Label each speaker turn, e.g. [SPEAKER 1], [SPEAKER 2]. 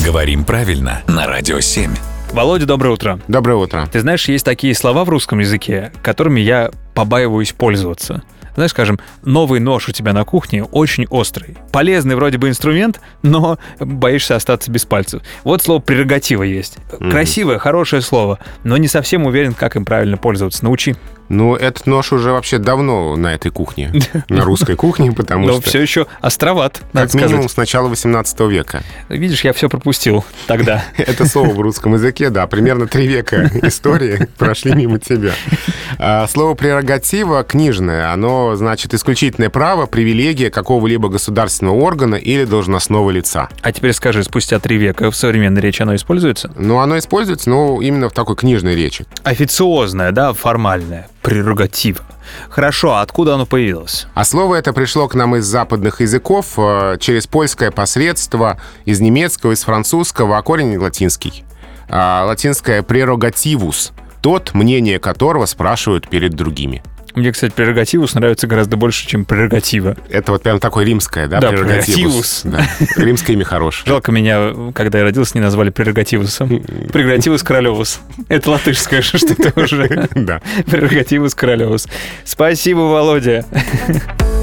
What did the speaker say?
[SPEAKER 1] Говорим правильно на Радио 7.
[SPEAKER 2] Володя, доброе утро.
[SPEAKER 3] Доброе утро.
[SPEAKER 2] Ты знаешь, есть такие слова в русском языке, которыми я побаиваюсь пользоваться. Знаешь, скажем, новый нож у тебя на кухне очень острый. Полезный вроде бы инструмент, но боишься остаться без пальцев. Вот слово «прерогатива» есть. Красивое, хорошее слово, но не совсем уверен, как им правильно пользоваться. Научи.
[SPEAKER 3] Ну, этот нож уже вообще давно на этой кухне, на русской кухне, потому
[SPEAKER 2] Но
[SPEAKER 3] что...
[SPEAKER 2] все еще островат, надо
[SPEAKER 3] Как минимум
[SPEAKER 2] сказать.
[SPEAKER 3] с начала 18 века.
[SPEAKER 2] Видишь, я все пропустил тогда.
[SPEAKER 3] Это слово в русском языке, да, примерно 3 века истории прошли мимо тебя. Слово «прерогатива» книжное, оно значит исключительное право, привилегия какого-либо государственного органа или должностного лица.
[SPEAKER 2] А теперь скажи, спустя 3 века в современной речи оно используется?
[SPEAKER 3] Ну, оно используется, но именно в такой книжной речи.
[SPEAKER 2] Официозное, да, формальное. Прерогатива. Хорошо, а откуда оно появилось?
[SPEAKER 3] А слово это пришло к нам из западных языков через польское посредство, из немецкого, из французского, а корень латинский. Латинское «прерогативус», тот, мнение которого спрашивают перед другими.
[SPEAKER 2] Мне, кстати, прерогативус нравится гораздо больше, чем прерогатива.
[SPEAKER 3] Это вот прям такое римское, да?
[SPEAKER 2] Да,
[SPEAKER 3] прерогативус. Да. Римское имя хорошее.
[SPEAKER 2] Жалко, меня, когда я родился, не назвали прерогативусом. Прерогативус королевус. Это латышское что-то уже.
[SPEAKER 3] Да.
[SPEAKER 2] Прерогативус королевус. Спасибо, Володя.